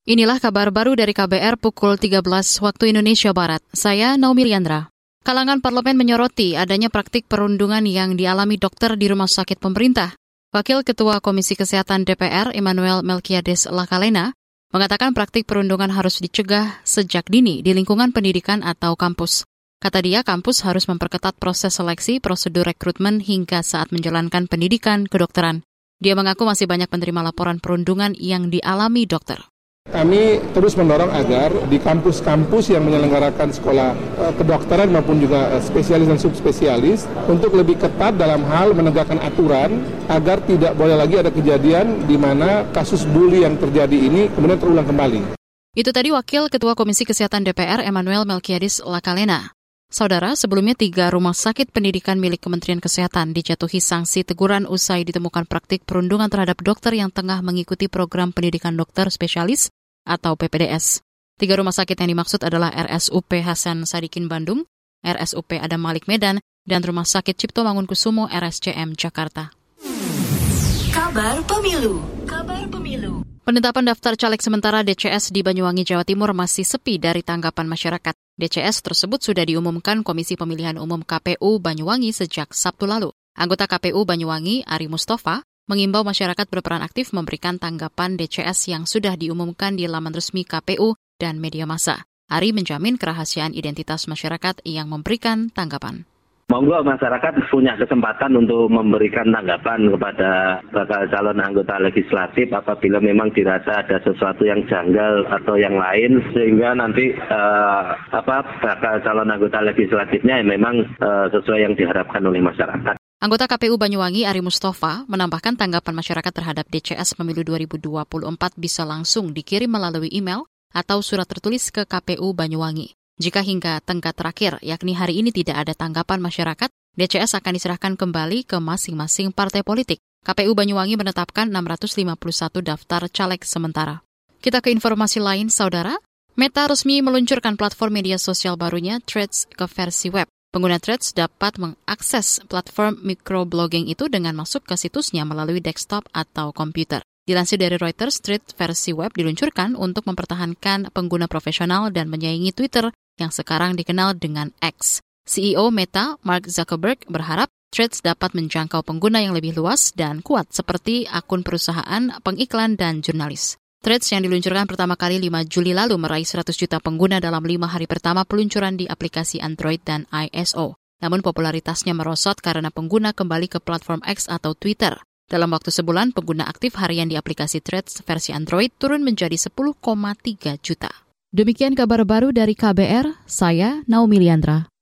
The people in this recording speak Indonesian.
Inilah kabar baru dari KBR pukul 13 waktu Indonesia Barat. Saya Naomi Liandra. Kalangan parlemen menyoroti adanya praktik perundungan yang dialami dokter di rumah sakit pemerintah. Wakil Ketua Komisi Kesehatan DPR, Immanuel Melkiades Lakalena, mengatakan praktik perundungan harus dicegah sejak dini di lingkungan pendidikan atau kampus. Kata dia, kampus harus memperketat proses seleksi, prosedur rekrutmen hingga saat menjalankan pendidikan kedokteran. Dia mengaku masih banyak penerima laporan perundungan yang dialami dokter. Kami terus mendorong agar di kampus-kampus yang menyelenggarakan sekolah kedokteran maupun juga spesialis dan subspesialis untuk lebih ketat dalam hal menegakkan aturan agar tidak boleh lagi ada kejadian di mana kasus bully yang terjadi ini kemudian terulang kembali. Itu tadi Wakil Ketua Komisi Kesehatan DPR Immanuel Melkiades Lakalena. Saudara, sebelumnya 3 rumah sakit pendidikan milik Kementerian Kesehatan dijatuhi sanksi teguran usai ditemukan praktik perundungan terhadap dokter yang tengah mengikuti program pendidikan dokter spesialis atau PPDS. 3 rumah sakit yang dimaksud adalah RSUP Hasan Sadikin Bandung, RSUP Adam Malik Medan, dan Rumah Sakit Cipto Mangunkusumo RSCM Jakarta. Kabar Pemilu. Penetapan daftar caleg sementara DCS di Banyuwangi, Jawa Timur masih sepi dari tanggapan masyarakat. DCS tersebut sudah diumumkan Komisi Pemilihan Umum KPU Banyuwangi sejak Sabtu lalu. Anggota KPU Banyuwangi, Ari Mustafa, mengimbau masyarakat berperan aktif memberikan tanggapan DCS yang sudah diumumkan di laman resmi KPU dan media massa. Ari menjamin kerahasiaan identitas masyarakat yang memberikan tanggapan. Monggo masyarakat punya kesempatan untuk memberikan tanggapan kepada bakal calon anggota legislatif apabila memang dirasa ada sesuatu yang janggal atau yang lain sehingga nanti bakal calon anggota legislatifnya memang sesuai yang diharapkan oleh masyarakat. Anggota KPU Banyuwangi Ari Mustafa menambahkan tanggapan masyarakat terhadap DCS Pemilu 2024 bisa langsung dikirim melalui email atau surat tertulis ke KPU Banyuwangi. Jika hingga tenggat terakhir, yakni hari ini tidak ada tanggapan masyarakat, DCS akan diserahkan kembali ke masing-masing partai politik. KPU Banyuwangi menetapkan 651 daftar caleg sementara. Kita ke informasi lain, Saudara. Meta resmi meluncurkan platform media sosial barunya Threads ke versi web. Pengguna Threads dapat mengakses platform microblogging itu dengan masuk ke situsnya melalui desktop atau komputer. Dilansir dari Reuters, Threads versi web diluncurkan untuk mempertahankan pengguna profesional dan menyaingi Twitter yang sekarang dikenal dengan X. CEO Meta, Mark Zuckerberg, berharap Threads dapat menjangkau pengguna yang lebih luas dan kuat seperti akun perusahaan, pengiklan, dan jurnalis. Threads yang diluncurkan pertama kali 5 Juli lalu meraih 100 juta pengguna dalam 5 hari pertama peluncuran di aplikasi Android dan iOS. Namun popularitasnya merosot karena pengguna kembali ke platform X atau Twitter. Dalam waktu sebulan, pengguna aktif harian di aplikasi Threads versi Android turun menjadi 10,3 juta. Demikian kabar baru dari KBR, saya Naomi Liandra.